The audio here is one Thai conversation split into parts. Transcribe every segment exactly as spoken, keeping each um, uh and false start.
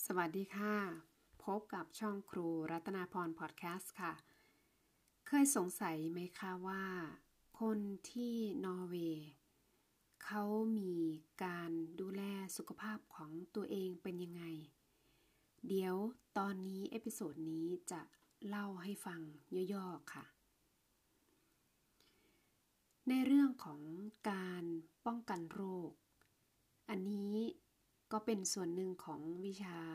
สวัสดีค่ะพบกับช่องครูรัตนาพรพอดแคสต์ค่ะเคยสงสัยไหมคะว่าคนที่นอร์เวย์เขามีการดูแลสุขภาพของตัวเองเป็นยังไงเดี๋ยวตอนนี้เอพิโซดนี้จะเล่าให้ฟังย่อๆค่ะในเรื่องของการป้องกันโรคอันนี้ก็เป็นส่วนหนึ่งของวิชา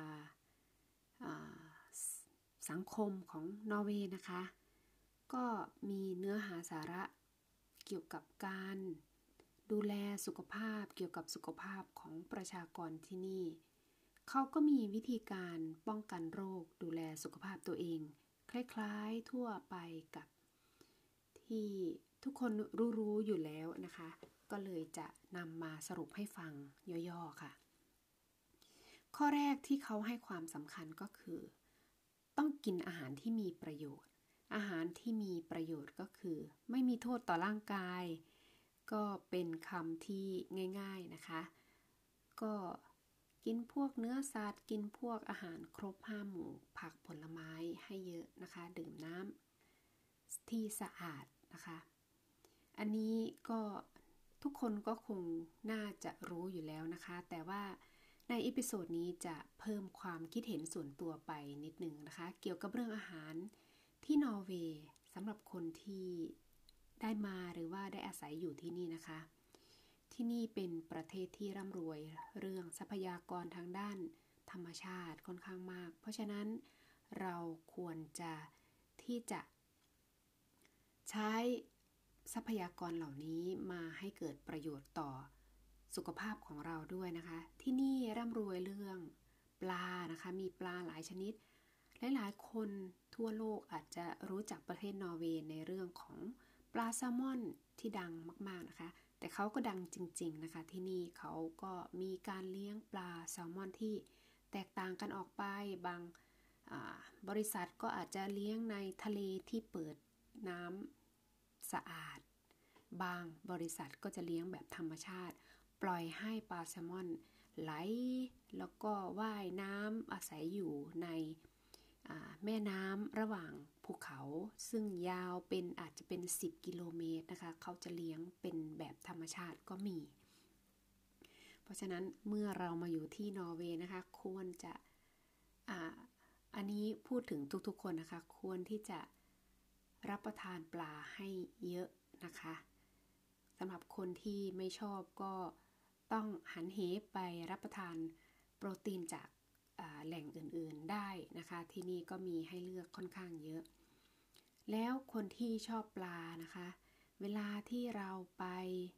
สังคมของนอร์เวย์นะคะก็มีเนื้อหาสาระเกี่ยวกับการดูแลสุขภาพเกี่ยวกับสุขภาพของประชากรที่นี่เขาก็มีวิธีการป้องกันโรคดูแลสุขภาพตัวเองคล้ายๆทั่วไปกับที่ทุกคนรู้ๆอยู่แล้วนะคะก็เลยจะนำมาสรุปให้ฟังย่อๆค่ะข้อแรกที่เขาให้ความสำคัญก็คือต้องกินอาหารที่มีประโยชน์อาหารที่มีประโยชน์ก็คือไม่มีโทษต่อร่างกายก็เป็นคำที่ง่ายๆนะคะก็กินพวกเนื้อสัตว์กินพวกอาหารครบห้าหมู่ผักผลไม้ให้เยอะนะคะดื่มน้ำที่สะอาดนะคะอันนี้ก็ทุกคนก็คงน่าจะรู้อยู่แล้วนะคะแต่ว่าในเอพิโซดนี้จะเพิ่มความคิดเห็นส่วนตัวไปนิดนึงนะคะเกี่ยวกับเรื่องอาหารที่นอร์เวย์สำหรับคนที่ได้มาหรือว่าได้อาศัยอยู่ที่นี่นะคะที่นี่เป็นประเทศที่ร่ำรวยเรื่องทรัพยากรทางด้านธรรมชาติค่อนข้างมากเพราะฉะนั้นเราควรจะที่จะใช้ทรัพยากรเหล่านี้มาให้เกิดประโยชน์ต่อสุขภาพของเราด้วยนะคะที่นี่ร่ำรวยเรื่องปลานะคะมีปลาหลายชนิดหลายๆคนทั่วโลกอาจจะรู้จักประเทศนอร์เวย์ในเรื่องของปลาแซลมอนที่ดังมากๆนะคะแต่เขาก็ดังจริงๆนะคะที่นี่เขาก็มีการเลี้ยงปลาแซลมอนที่แตกต่างกันออกไปบางบริษัทก็อาจจะเลี้ยงในทะเลที่เปิดน้ำสะอาดบางบริษัทก็จะเลี้ยงแบบธรรมชาติปล่อยให้ปลาแซลมอนไหลแล้วก็ว่ายน้ำอาศัยอยู่ในแม่น้ำระหว่างภูเขาซึ่งยาวเป็นอาจจะเป็นสิบกิโลเมตรนะคะเขาจะเลี้ยงเป็นแบบธรรมชาติก็มีเพราะฉะนั้นเมื่อเรามาอยู่ที่นอร์เวย์นะคะควรจะ อ่า อันนี้พูดถึงทุกๆคนนะคะควรที่จะรับประทานปลาให้เยอะนะคะสำหรับคนที่ไม่ชอบก็ต้องหันเหไปรับประทานโปรตีนจากแหล่งอื่นๆได้นะคะที่นี่ก็มีให้เลือกค่อนข้างเยอะแล้วคนที่ชอบปลานะคะเวลาที่เราไป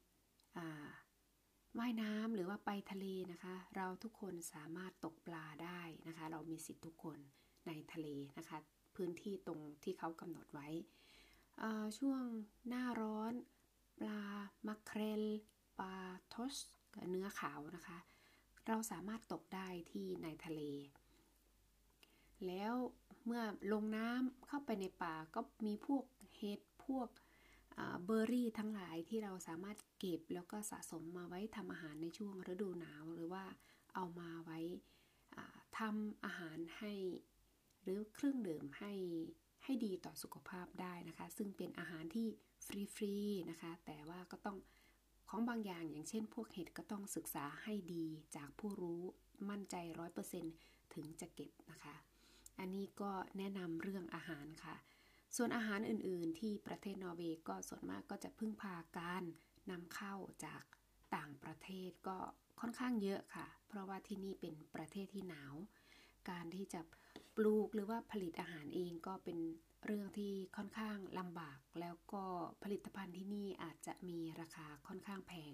ว่ายน้ำหรือว่าไปทะเลนะคะเราทุกคนสามารถตกปลาได้นะคะเรามีสิทธิ์ทุกคนในทะเลนะคะพื้นที่ตรงที่เขากำหนดไว้ช่วงหน้าร้อนปลามักเครลปลาทอสเนื้อขาวนะคะเราสามารถตกได้ที่ในทะเลแล้วเมื่อลงน้ำเข้าไปในป่าก็มีพวกเห็ดพวกเบอร์รี่ทั้งหลายที่เราสามารถเก็บแล้วก็สะสมมาไว้ทำอาหารในช่วงฤดูหนาวหรือว่าเอามาไว้ทำอาหารให้หรือเครื่องดื่มให้ให้ดีต่อสุขภาพได้นะคะซึ่งเป็นอาหารที่ฟรีๆนะคะแต่ว่าก็ต้องของบางอย่างอย่างเช่นพวกเห็ดก็ต้องศึกษาให้ดีจากผู้รู้มั่นใจ ร้อยเปอร์เซ็นต์ ถึงจะเก็บนะคะอันนี้ก็แนะนำเรื่องอาหารค่ะส่วนอาหารอื่นๆที่ประเทศนอร์เวย์ก็ส่วนมากก็จะพึ่งพาการนำเข้าจากต่างประเทศก็ค่อนข้างเยอะค่ะเพราะว่าที่นี่เป็นประเทศที่หนาวการที่จะปลูกหรือว่าผลิตอาหารเองก็เป็นเรื่องที่ค่อนข้างลำบากแล้วก็ผลิตภัณฑ์ที่นี่อาจจะมีราคาค่อนข้างแพง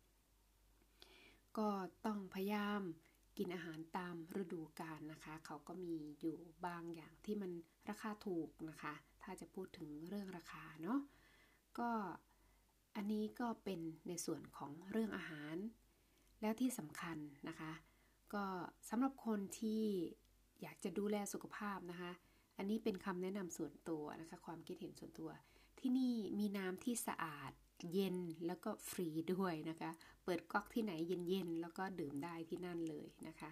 ก็ต้องพยายามกินอาหารตามฤดูกาลนะคะเขาก็มีอยู่บางอย่างที่มันราคาถูกนะคะถ้าจะพูดถึงเรื่องราคาเนาะก็อันนี้ก็เป็นในส่วนของเรื่องอาหารแล้วที่สำคัญนะคะก็สำหรับคนที่อยากจะดูแลสุขภาพนะคะอันนี้เป็นคำแนะนำส่วนตัวนะคะความคิดเห็นส่วนตัวที่นี่มีน้ำที่สะอาดเย็นแล้วก็ฟรีด้วยนะคะเปิดก๊อกที่ไหนเย็นๆแล้วก็ดื่มได้ที่นั่นเลยนะคะ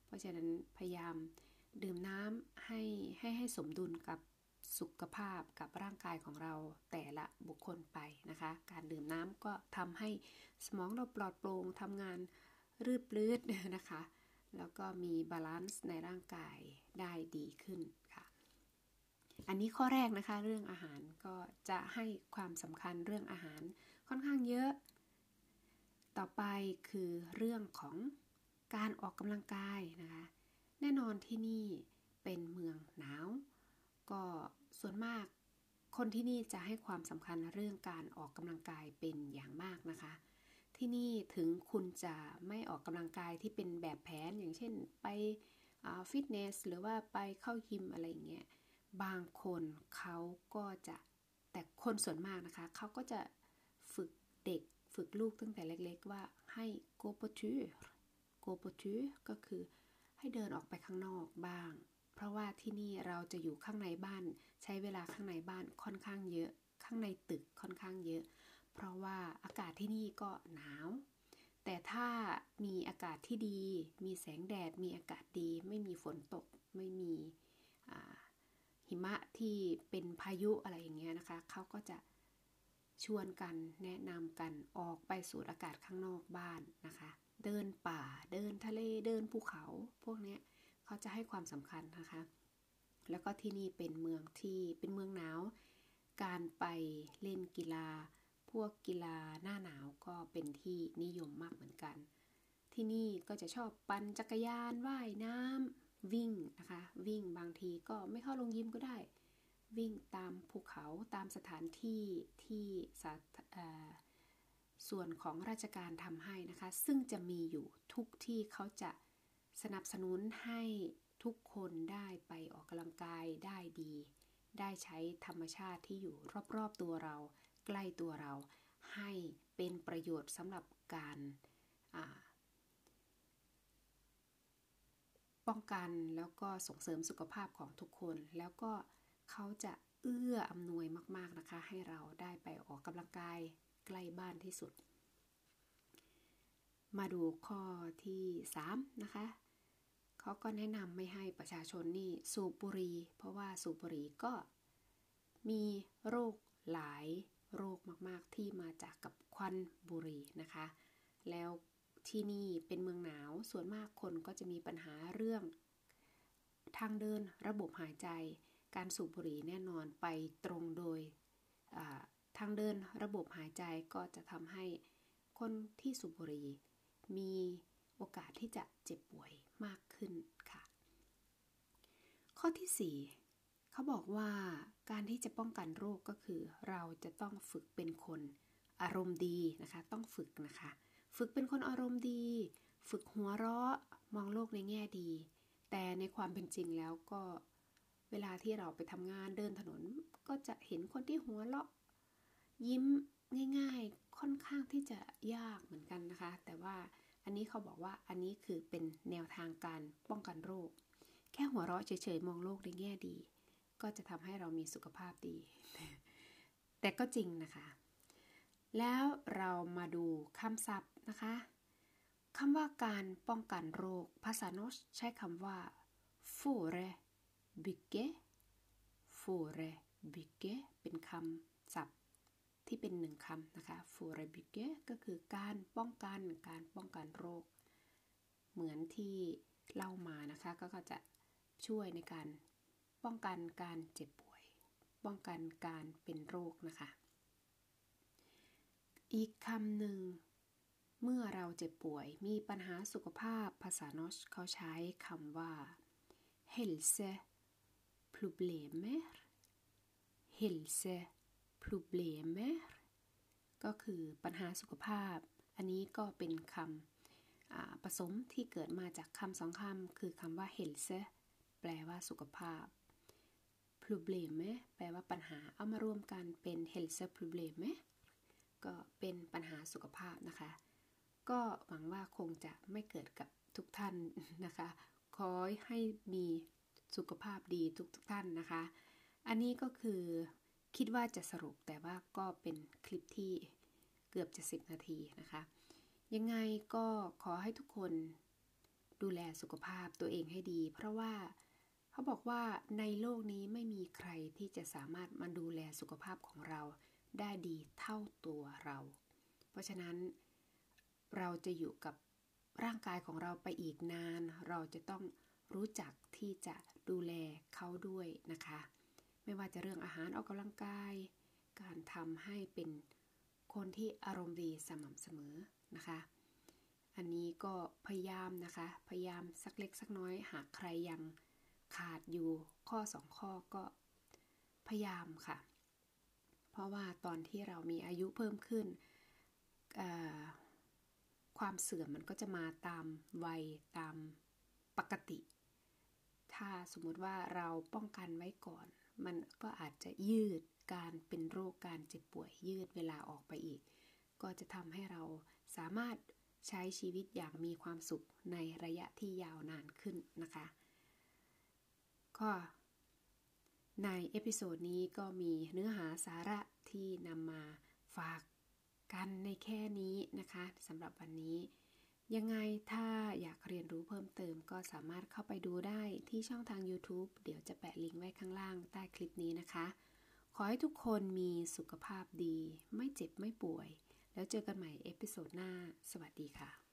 เพราะฉะนั้นพยายามดื่มน้ำให้ให้ให้สมดุลกับสุขภาพกับร่างกายของเราแต่ละบุคคลไปนะคะการดื่มน้ำก็ทำให้สมองเราปลอดโปร่งทำงานรืดปลื้ดนะคะแล้วก็มีบาลานซ์ในร่างกายได้ดีขึ้นค่ะอันนี้ข้อแรกนะคะเรื่องอาหารก็จะให้ความสำคัญเรื่องอาหารค่อนข้างเยอะต่อไปคือเรื่องของการออกกำลังกายนะคะแน่นอนที่นี่เป็นเมืองหนาวก็ส่วนมากคนที่นี่จะให้ความสำคัญเรื่องการออกกำลังกายเป็นอย่างมากนะคะที่นี่ถึงคุณจะไม่ออกกำลังกายที่เป็นแบบแผนอย่างเช่นไปฟิตเนสหรือว่าไปเข้ายิมอะไรอย่างเงี้ยบางคนเขาก็จะแต่คนส่วนมากนะคะเขาก็จะฝึกเด็กฝึกลูกตั้งแต่เล็กๆว่าให้ go på tur go på tur ก็คือให้เดินออกไปข้างนอกบ้างเพราะว่าที่นี่เราจะอยู่ข้างในบ้านใช้เวลาข้างในบ้านค่อนข้างเยอะข้างในตึกค่อนข้างเยอะเพราะว่าอากาศที่นี่ก็หนาวแต่ถ้ามีอากาศที่ดีมีแสงแดดมีอากาศดีไม่มีฝนตกไม่มีหิมะที่เป็นพายุอะไรอย่างเงี้ยนะคะเขาก็จะชวนกันแนะนำกันออกไปสูดอากาศข้างนอกบ้านนะคะเดินป่าเดินทะเลเดินภูเขาพวกนี้เขาจะให้ความสำคัญนะคะแล้วก็ที่นี่เป็นเมืองที่เป็นเมืองหนาวการไปเล่นกีฬาพวกกีฬาหน้าหนาวก็เป็นที่นิยมมากเหมือนกันที่นี่ก็จะชอบปั่นจักรยานว่ายน้ำวิ่งนะคะวิ่งบางทีก็ไม่เข้าโรงยิมก็ได้วิ่งตามภูเขาตามสถานที่ที่ส่วนของราชการทำให้นะคะซึ่งจะมีอยู่ทุกที่เขาจะสนับสนุนให้ทุกคนได้ไปออกกำลังกายได้ดีได้ใช้ธรรมชาติที่อยู่รอบๆตัวเราใกล้ตัวเราให้เป็นประโยชน์สำหรับการป้องกันแล้วก็ส่งเสริมสุขภาพของทุกคนแล้วก็เขาจะเอื้ออำนวยมากๆนะคะให้เราได้ไปออกกำลังกายใกล้บ้านที่สุดมาดูข้อที่สามนะคะเขาก็แนะนำไม่ให้ประชาชนนี่สูบบุหรี่เพราะว่าสูบบุหรี่ก็มีโรคหลายโรคมากๆที่มาจากกับควันบุหรี่นะคะแล้วที่นี่เป็นเมืองหนาวส่วนมากคนก็จะมีปัญหาเรื่องทางเดินระบบหายใจการสูบบุหรี่แน่นอนไปตรงโดยทางเดินระบบหายใจก็จะทำให้คนที่สูบบุหรี่มีโอกาสที่จะเจ็บป่วยมากขึ้นค่ะข้อที่สี่เขาบอกว่าการที่จะป้องกันโรคก็คือเราจะต้องฝึกเป็นคนอารมณ์ดีนะคะต้องฝึกนะคะฝึกเป็นคนอารมณ์ดีฝึกหัวเราะมองโลกในแง่ดีแต่ในความเป็นจริงแล้วก็เวลาที่เราไปทำงานเดินถนนก็จะเห็นคนที่หัวเราะยิ้มง่ายๆค่อนข้างที่จะยากเหมือนกันนะคะแต่ว่าอันนี้เขาบอกว่าอันนี้คือเป็นแนวทางการป้องกันโรคแค่หัวเราะเฉยๆมองโลกในแง่ดีก็จะทำให้เรามีสุขภาพดี แต่ก็จริงนะคะแล้วเรามาดูคำศัพท์นะคะคำว่าการป้องกันโรคภาษาโนชใช้คำว่า forebygge forebygge เป็นคำศัพท์ที่เป็นหนึ่งคำนะคะ forebygge ก็คือการป้องกันการป้องกันโรคเหมือนที่เล่ามานะคะก็จะช่วยในการป้องกันการเจ็บป่วยป้องกันการเป็นโรคนะคะอีกคำหนึ่งเมื่อเราเจ็บป่วยมีปัญหาสุขภาพภาษาโนชเขาใช้คำว่า hälsoproblemer hälsoproblemer ก็คือปัญหาสุขภาพอันนี้ก็เป็นคำผสมที่เกิดมาจากคำสองคำคือคำว่า hälsa แปลว่าสุขภาพ probleme แปลว่าปัญหาเอามารวมกันเป็น hälsoprobleme ก็เป็นปัญหาสุขภาพนะคะก็หวังว่าคงจะไม่เกิดกับทุกท่านนะคะขอให้มีสุขภาพดีทุกทุกท่านนะคะอันนี้ก็คือคิดว่าจะสรุปแต่ว่าก็เป็นคลิปที่เกือบจะสิบนาทีนะคะยังไงก็ขอให้ทุกคนดูแลสุขภาพตัวเองให้ดี เพราะว่าเขาบอกว่าในโลกนี้ไม่มีใครที่จะสามารถมาดูแลสุขภาพของเราได้ดีเท่าตัวเรา เพราะฉะนั้นเราจะอยู่กับร่างกายของเราไปอีกนานเราจะต้องรู้จักที่จะดูแลเขาด้วยนะคะไม่ว่าจะเรื่องอาหารออกกำลังกายการทำให้เป็นคนที่อารมณ์ดีสม่ำเสมอนะคะอันนี้ก็พยายามนะคะพยายามสักเล็กสักน้อยหากใครยังขาดอยู่ข้อสองข้อก็พยายามค่ะเพราะว่าตอนที่เรามีอายุเพิ่มขึ้นความเสื่อมมันก็จะมาตามวัยตามปกติถ้าสมมุติว่าเราป้องกันไว้ก่อนมันก็อาจจะยืดการเป็นโรคการเจ็บป่วยยืดเวลาออกไปอีกก็จะทำให้เราสามารถใช้ชีวิตอย่างมีความสุขในระยะที่ยาวนานขึ้นนะคะก็ในเอพิโซดนี้ก็มีเนื้อหาสาระที่นำมาฝากกันในแค่นี้นะคะสำหรับวันนี้ยังไงถ้าอยากเรียนรู้เพิ่มเติมก็สามารถเข้าไปดูได้ที่ช่องทาง YouTube เดี๋ยวจะแปะลิงก์ไว้ข้างล่างใต้คลิปนี้นะคะขอให้ทุกคนมีสุขภาพดีไม่เจ็บไม่ป่วยแล้วเจอกันใหม่เอพิโซดหน้าสวัสดีค่ะ